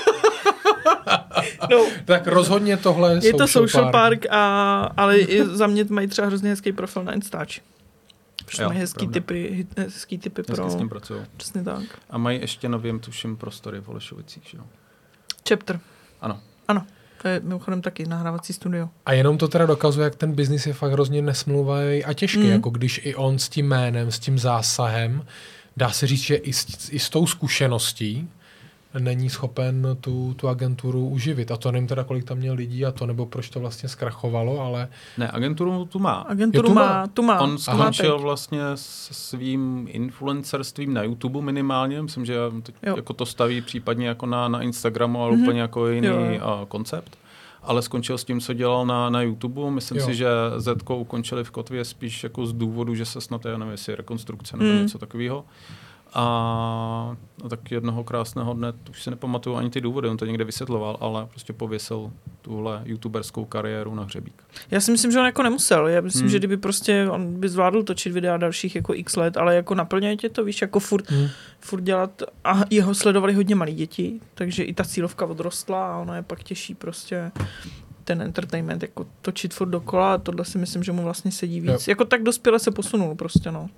S1: No. Tak rozhodně tohle
S2: je to Social Park, park a, ale i za mě mají třeba hrozně hezký profil na Instači. Protože mají hezký typy, hezký typy pro...
S3: s tím pracují.
S2: Přesně tak.
S3: A mají ještě novým, tuším, prostory v Holešovicích, že jo?
S2: Chapter.
S3: Ano.
S2: Ano. To je mimochodem taky nahrávací studio. A
S1: jenom to teda dokazuje, jak ten biznis je fakt hrozně nesmluvavý a těžký, mm. jako když i on s tím jménem, s tím zásahem, dá se říct, že i s, i s tou zkušeností, není schopen tu, tu agenturu uživit. A to nevím teda, kolik tam měl lidí a to, nebo proč to vlastně zkrachovalo, ale...
S3: Ne, agenturu tu má.
S2: Agenturu tu má, tu má.
S3: On skončil vlastně se svým influencerstvím na YouTube minimálně. Myslím, že jako to staví případně jako na, na Instagramu, ale mm-hmm. úplně jako jiný jo. koncept. Ale skončil s tím, co dělal na, na YouTube. Myslím jo. si, že Zetko ukončili v kotvě spíš jako z důvodu, že se snad, já nevím, jestli rekonstrukce nebo mm. něco takového. A, a tak jednoho krásného dne, už si nepamatuju ani ty důvody, on to někde vysvětloval, ale prostě pověsil tuhle youtuberskou kariéru na hřebík.
S2: Já si myslím, že on jako nemusel. Já myslím, hmm. že kdyby prostě on by zvládl točit videa dalších jako x let, ale jako naplňuje tě to, víš, jako furt, hmm. furt dělat. A jeho sledovali hodně malí děti, takže i ta cílovka odrostla a ono je pak těžší prostě ten entertainment jako točit furt dokola a tohle si myslím, že mu vlastně sedí víc. Jo. Jako tak dospěle se posunul prostě, no.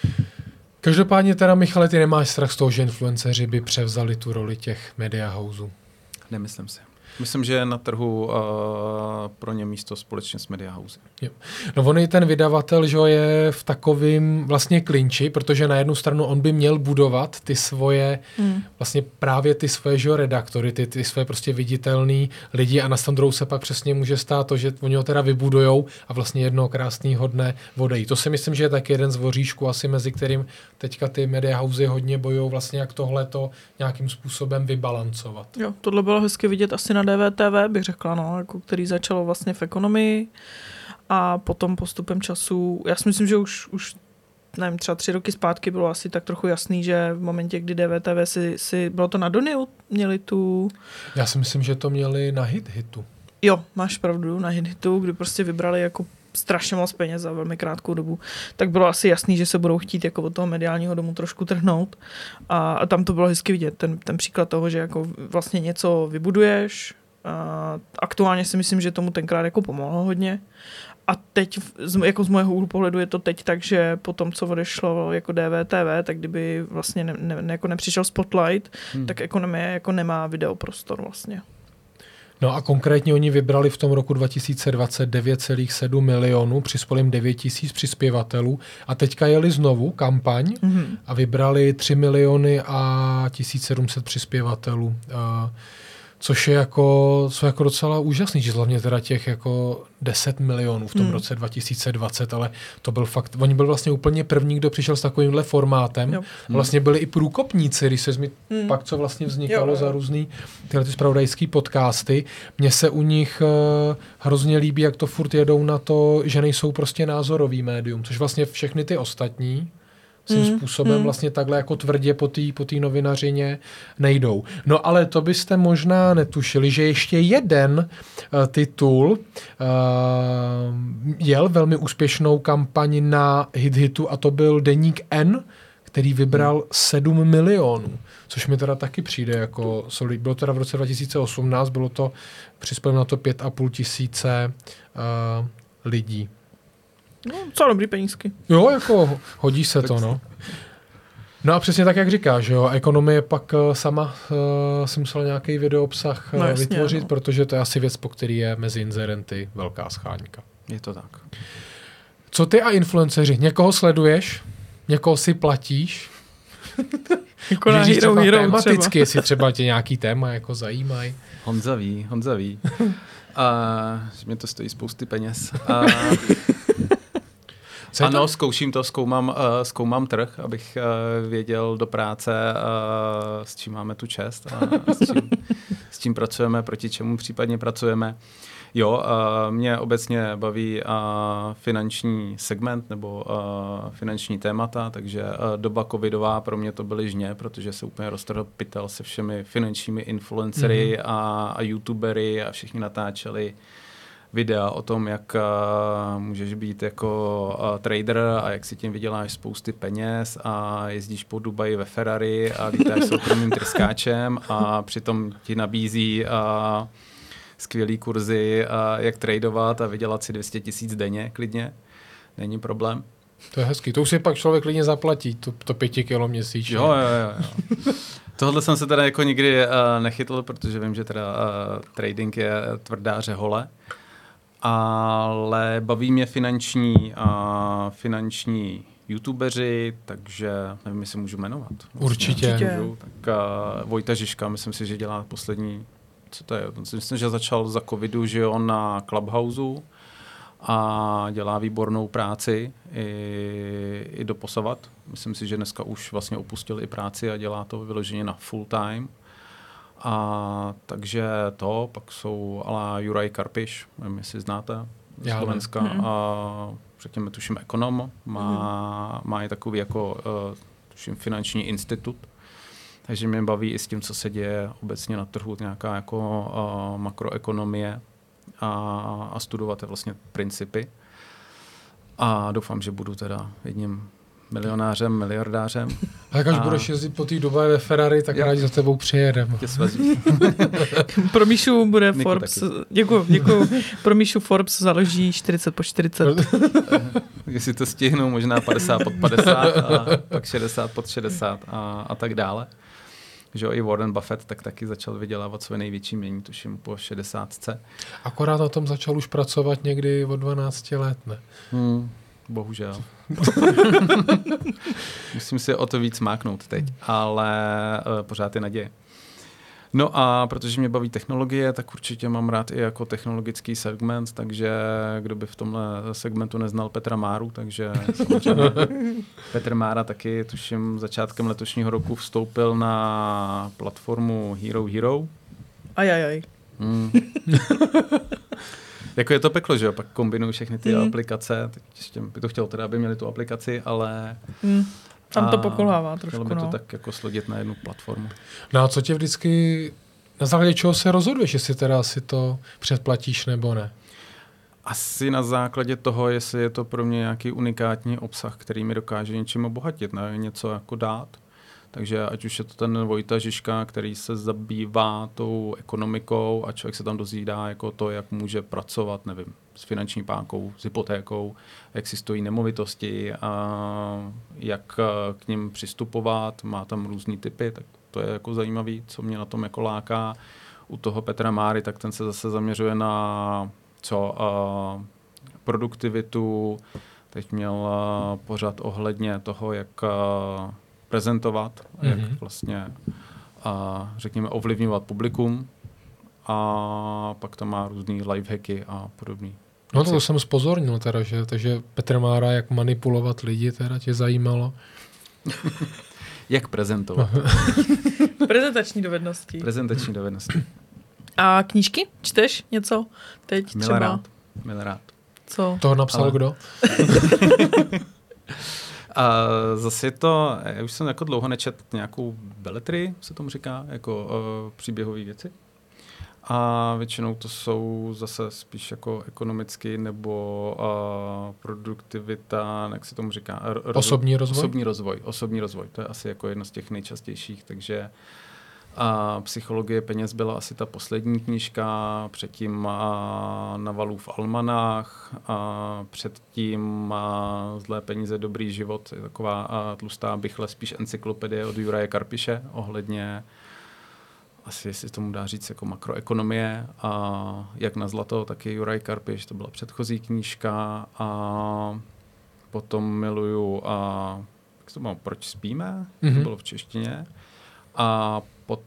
S1: Každopádně teda, Michale, ty nemáš strach z toho, že influenceři by převzali tu roli těch media houseů?
S3: Nemyslím si. Myslím, že je na trhu uh, pro ně místo společně s media housey.
S1: Jo. No on i ten vydavatel, že je v takovým vlastně klinči, protože na jednu stranu on by měl budovat ty svoje, hmm. vlastně právě ty svoje že redaktory, ty, ty svoje prostě viditelný lidi a na druhou se pak přesně může stát to, že oni ho teda vybudujou a vlastně jednoho krásného dne odejí. To si myslím, že je taky jeden z voříšků asi mezi kterým teďka ty media housey hodně bojují vlastně jak tohleto nějakým způsobem vybalancovat.
S2: Jo, tohle bylo hezky vidět asi na D V T V, bych řekla, no, jako který začalo vlastně v ekonomii a potom postupem času, já si myslím, že už, už nevím, třeba tři roky zpátky bylo asi tak trochu jasný, že v momentě, kdy D V T V si, si bylo to na Doniu, měli tu...
S1: Já si myslím, že to měli na Hit Hitu.
S2: Jo, máš pravdu, na Hit Hitu, kdy prostě vybrali jako strašně moc peněz za velmi krátkou dobu, tak bylo asi jasný, že se budou chtít jako od toho mediálního domu trošku trhnout a, a tam to bylo hezky vidět, ten, ten příklad toho, že jako vlastně něco vybuduješ, a aktuálně si myslím, že tomu tenkrát jako pomohlo hodně a teď, jako z mého úhlu pohledu je to teď tak, že po tom, co odešlo jako D V T V, tak kdyby vlastně ne, ne, jako nepřišel Spotlight, hmm. tak ekonomie jako nemá videoprostor vlastně.
S1: No a konkrétně oni vybrali v tom roku dva tisíce dvacet devět celá sedm milionů, přispěli jim devět tisíc přispěvatelů a teďka jeli znovu kampaň mm-hmm. a vybrali tři miliony a tisíc sedm set přispěvatelů. Uh, což je jako, co je jako docela úžasný, že hlavně teda těch jako deset milionů v tom hmm. roce dva tisíce dvacet, ale to byl fakt, oni byli vlastně úplně první, kdo přišel s takovýmhle formátem. Jo. Vlastně byli i průkopníci, když se mi hmm. pak, co vlastně vznikalo jo, jo. za různý tyhle ty zpravodajský podcasty. Mně se u nich uh, hrozně líbí, jak to furt jedou na to, že nejsou prostě názorový médium, což vlastně všechny ty ostatní svým mm, způsobem mm. vlastně takhle jako tvrdě po té po té novinařině nejdou. No ale to byste možná netušili, že ještě jeden uh, titul uh, jel velmi úspěšnou kampaň na Hit Hitu a to byl Deník N, který vybral mm. sedm milionů, což mi teda taky přijde jako solid. Bylo teda v roce dva tisíce osmnáct, bylo to, přispělo na to pět a půl tisíce uh, lidí.
S2: No, co dobrý penízky.
S1: Jo, jako hodí se to, no. No a přesně tak, jak říkáš, jo, ekonomie pak uh, sama uh, si musela nějaký videoobsah uh, no, jasně, vytvořit, no. protože to je asi věc, po který je mezi inzerenty velká scháňka.
S3: Je to tak.
S1: Co ty a influenceři? Někoho sleduješ? Někoho si platíš?
S2: Jako na hero, hero
S1: tematicky,
S2: třeba.
S1: jestli třeba tě nějaký téma jako zajímají.
S3: Honza ví, Honza ví. A mě to stojí spousty peněz. A... Ano, zkouším to, zkoumám, uh, zkoumám trh, abych uh, věděl do práce, uh, s čím máme tu čest a s čím, s čím pracujeme, proti čemu případně pracujeme. Jo, uh, mě obecně baví uh, finanční segment nebo uh, finanční témata, takže uh, doba covidová pro mě to byly žně, protože se úplně roztrhl pytel se všemi finančními influencery mm-hmm. a, a youtubery a všichni natáčeli videa o tom, jak uh, můžeš být jako uh, trader a jak si tím vyděláš spousty peněz a jezdíš po Dubaji ve Ferrari a lítáš soukromým tryskáčem a přitom ti nabízí uh, skvělý kurzy, uh, jak tradovat a vydělat si dvě stě tisíc denně klidně. Není problém.
S1: To je hezký. To už si pak člověk klidně zaplatí, to, to pěti kilo měsíčně.
S3: Jo, jo, jo. jo. Tohle jsem se teda jako nikdy uh, nechytl, protože vím, že teda uh, trading je tvrdá řehole. Ale baví mě finanční, uh, finanční youtubeři, takže nevím, jestli můžu jmenovat. Vlastně,
S1: Určitě.
S2: Určitě.
S3: Tak uh, Vojta Žižka, myslím si, že dělá poslední, co to je, myslím, že začal za covidu, že on na Clubhouseu a dělá výbornou práci i, i doposavat. Myslím si, že dneska už vlastně opustil i práci a dělá to vyloženě na full time. A takže to, pak jsou ala Juraj Karpiš, nevím, jestli znáte, z Slovenska.
S2: Hmm.
S3: A řekněme, tuším, ekonom, má, hmm. má i takový jako, uh, tuším, finanční institut. Takže mě baví i s tím, co se děje obecně na trhu, nějaká jako uh, makroekonomie a, a studovat vlastně principy. A doufám, že budu teda jedním milionářem, miliardářem.
S1: A tak až
S3: a...
S1: budeš jezdit po té Dubaji ve Ferrari, tak rádi za tebou přijedem.
S3: Tě svezí.
S2: Pro Míšu bude
S3: Niku
S2: Forbes,
S3: taky.
S2: děkuju, děkuju. Pro Míšu Forbes založí čtyřicet po čtyřicet.
S3: Jestli to stihnou, možná padesát pod padesát a pak šedesát pod šedesát a, a tak dále. Že jo, i Warren Buffett tak taky začal vydělávat své největší mění, tuším po šedesátce.
S1: Akorát na tom začal už pracovat někdy od dvanácti let, ne?
S3: Hmm, bohužel. Musím si o to víc máknout teď, ale uh, pořád je naděje. No a protože mě baví technologie, tak určitě mám rád i jako technologický segment, takže kdo by v tomhle segmentu neznal Petra Máru, takže samozřejmě Petr Mára taky, tuším, začátkem letošního roku vstoupil na platformu Hero Hero.
S2: Ajajaj.
S3: Hmm. Jako je to peklo, že jo, pak kombinují všechny ty hmm. aplikace, teď ještě by to chtělo teda, aby měli tu aplikaci, ale...
S2: Hmm. Tam to pokulhává trošku,
S3: by to
S2: no.
S3: tak jako slodit na jednu platformu.
S1: No a co tě vždycky, na základě čeho se rozhoduješ, jestli teda si to předplatíš nebo ne?
S3: Asi na základě toho, jestli je to pro mě nějaký unikátní obsah, který mi dokáže něčím obohatit, ne? Něco jako dát. Takže ať už je to ten Vojta Žižka, který se zabývá tou ekonomikou a člověk se tam dozvídá jako to, jak může pracovat, nevím, s finanční pákou, s hypotékou, jak si stojí nemovitosti a jak k nim přistupovat, má tam různý typy, tak to je jako zajímavý, co mě na tom jako láká. U toho Petra Máry, tak ten se zase zaměřuje na co uh, produktivitu, teď měl uh, pořád ohledně toho, jak uh, prezentovat, mm-hmm. jak vlastně a řekněme ovlivňovat publikum a pak tam má různý lifehacky a podobný.
S1: No to, to jsem zpozornil teda, že, takže Petr Mára, jak manipulovat lidi, teda tě zajímalo.
S3: Jak prezentovat.
S2: Prezentační dovednosti.
S3: Prezentační dovednosti.
S2: A knížky? Čteš něco teď
S3: Milé
S2: třeba?
S3: rád. Milé rád.
S2: Co?
S1: Toho napsal Ale... kdo?
S3: A zase to, já už jsem jako dlouho nečet nějakou beletrii, se tomu říká, jako uh, příběhové věci. A většinou to jsou zase spíš jako ekonomicky nebo uh, produktivita, jak se tomu říká? Rozvoj,
S1: osobní rozvoj?
S3: Osobní rozvoj. Osobní rozvoj, to je asi jako jedno z těch nejčastějších, takže a Psychologie peněz byla asi ta poslední knížka, předtím a Navalův almanách, a předtím a Zlé peníze, dobrý život, je taková a tlustá bychle spíš encyklopedie od Juraje Karpiše ohledně, asi jestli tomu dá říct, jako makroekonomie a jak na zlato, taky Juraj Karpiš, to byla předchozí knížka a potom miluju a jak to bylo, Proč spíme, mm-hmm. to bylo v češtině a pot,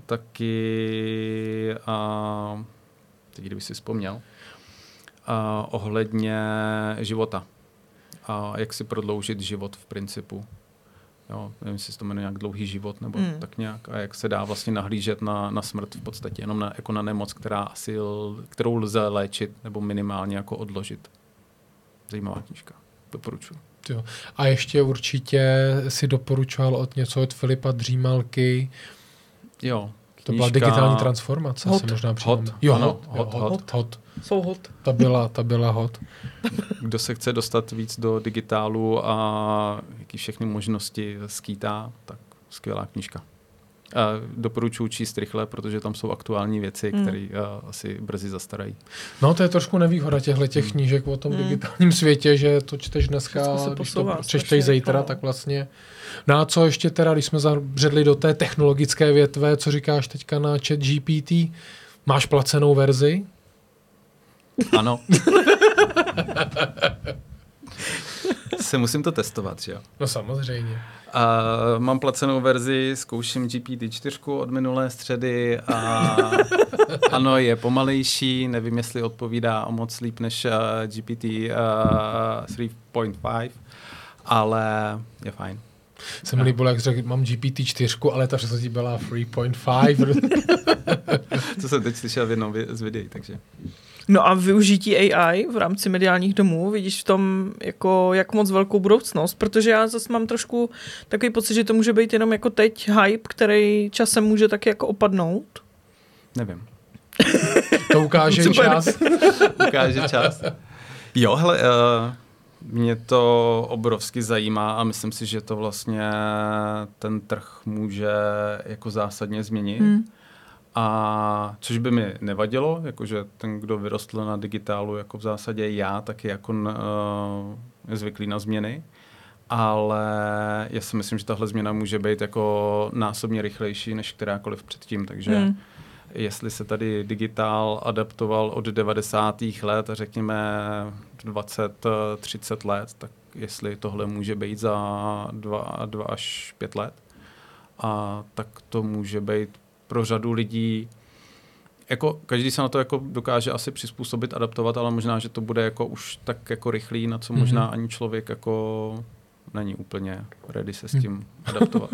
S3: taky a teď kdyby si vzpomněl a ohledně života a jak si prodloužit život v principu. Jo, nevím, jestli se to jmenuje nějak dlouhý život nebo mm. tak nějak a jak se dá vlastně nahlížet na, na smrt v podstatě jenom na, jako na nemoc, která asi, kterou lze léčit nebo minimálně jako odložit. Zajímavá knížka. Doporučuji.
S1: Jo. A ještě určitě si doporučoval od něco od Filipa Dřímalky.
S3: Jo. Knížka...
S1: To byla digitální transformace.
S2: Hot.
S1: Se možná
S3: hot.
S1: Jo,
S3: ano,
S1: hot,
S3: hot,
S1: jo,
S3: hot,
S1: hot, hot.
S2: Jsou hot.
S1: Ta byla, ta byla hot.
S3: Kdo se chce dostat víc do digitálu a jaký všechny možnosti skýtá, tak skvělá knížka. A doporučuji číst rychle, protože tam jsou aktuální věci, mm. které asi brzy zastarají.
S1: No to je trošku nevýhoda těchto těch knížek o tom mm. digitálním světě, že to čteš dneska, když to přečteš zítra, no. tak vlastně. No a co ještě teda, když jsme zabředli do té technologické větve, co říkáš teďka na Chat G P T? Máš placenou verzi?
S3: Ano. Se musím to testovat, že jo?
S1: No samozřejmě.
S3: A mám placenou verzi, zkouším G P T čtyři od minulé středy a ano, je pomalejší, nevím, jestli odpovídá o moc líp než uh, G P T uh, tři tečka pět, ale je fajn.
S1: Se mi líbilo, jak řekl, mám G P T čtyři, ale ta představitě byla tři tečka pět.
S3: To jsem teď slyšel v jednom z videí, takže...
S2: No a využití A I v rámci mediálních domů, vidíš v tom jako jak moc velkou budoucnost, protože já zase mám trošku takový pocit, že to může být jenom jako teď hype, který časem může taky jako opadnout.
S3: Nevím.
S1: To ukáže čas.
S3: Ukáže čas. Jo, hele, uh, mě to obrovsky zajímá a myslím si, že to vlastně ten trh může jako zásadně změnit. Hmm. A což by mi nevadilo, jakože ten, kdo vyrostl na digitálu, jako v zásadě já, taky jako uh, je zvyklý na změny. Ale já si myslím, že tahle změna může být jako násobně rychlejší než kterákoliv předtím, takže hmm. jestli se tady digitál adaptoval od devadesátých let a řekněme dvacet třicet let, tak jestli tohle může být za dva, dva až pět let, a tak to může být pro řadu lidí, jako každý se na to jako dokáže asi přizpůsobit, adaptovat, ale možná, že to bude jako už tak jako rychlý, na co možná mm-hmm. ani člověk jako není úplně ready se s tím adaptovat.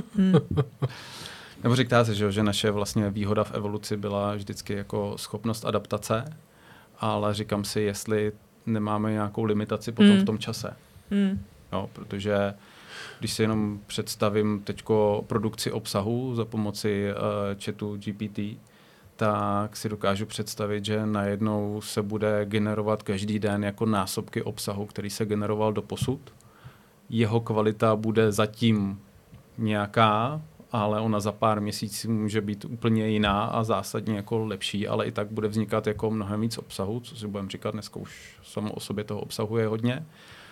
S3: Nebo říká se, že, že naše vlastně výhoda v evoluci byla vždycky jako schopnost adaptace, ale říkám si, jestli nemáme nějakou limitaci potom mm. v tom čase. Mm. Jo, protože když si jenom představím teďko produkci obsahu za pomoci uh, chatu G P T, tak si dokážu představit, že najednou se bude generovat každý den jako násobky obsahu, který se generoval doposud. Jeho kvalita bude zatím nějaká, ale ona za pár měsíců může být úplně jiná a zásadně jako lepší, ale i tak bude vznikat jako mnohem víc obsahu, co si budeme říkat, dneska už samo o sobě toho obsahu je hodně.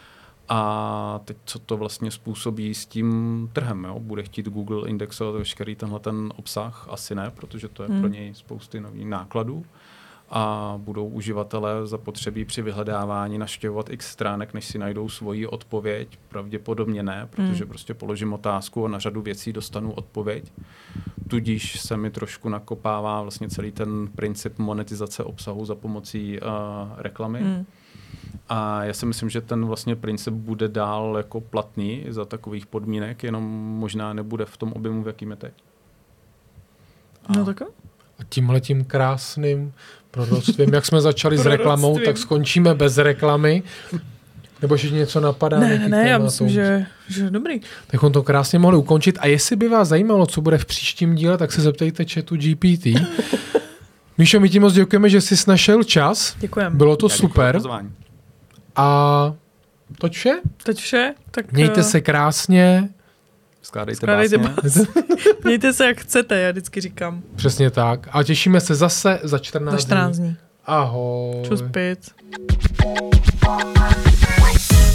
S3: A teď co to vlastně způsobí s tím trhem, jo? Bude chtít Google indexovat veškerý tenhle ten obsah? Asi ne, protože to je hmm. pro něj spousty nových nákladů. A budou uživatelé zapotřebí při vyhledávání navštěvovat x stránek, než si najdou svoji odpověď? Pravděpodobně ne, protože hmm. prostě položím otázku a na řadu věcí dostanu odpověď. Tudíž se mi trošku nakopává vlastně celý ten princip monetizace obsahu za pomocí uh, reklamy. Hmm. A já si myslím, že ten vlastně princip bude dál jako platný za takových podmínek, jenom možná nebude v tom objemu, v jakým je teď.
S2: A... No tak.
S1: A tímhletím krásným proroctvím, jak jsme začali s reklamou, tak skončíme bez reklamy. Nebo ještě něco napadá?
S2: Ne, ne, ne, já myslím, že, že je dobrý.
S1: Tak on to krásně mohli ukončit. A jestli by vás zajímalo, co bude v příštím díle, tak se zeptejte chatu G P T. Míšo, my ti moc děkujeme, že jsi našel čas.
S2: Děkujeme.
S1: Bylo to já super. A toť vše?
S2: Toť vše. Tak,
S1: mějte se krásně.
S3: Skládejte, Skládejte básně.
S2: Mějte se, jak chcete, já vždycky říkám.
S1: Přesně tak. A těšíme se zase za čtrnáct dní.
S2: Za čtrnáct dní.
S1: Ahoj.
S2: Čus, pit.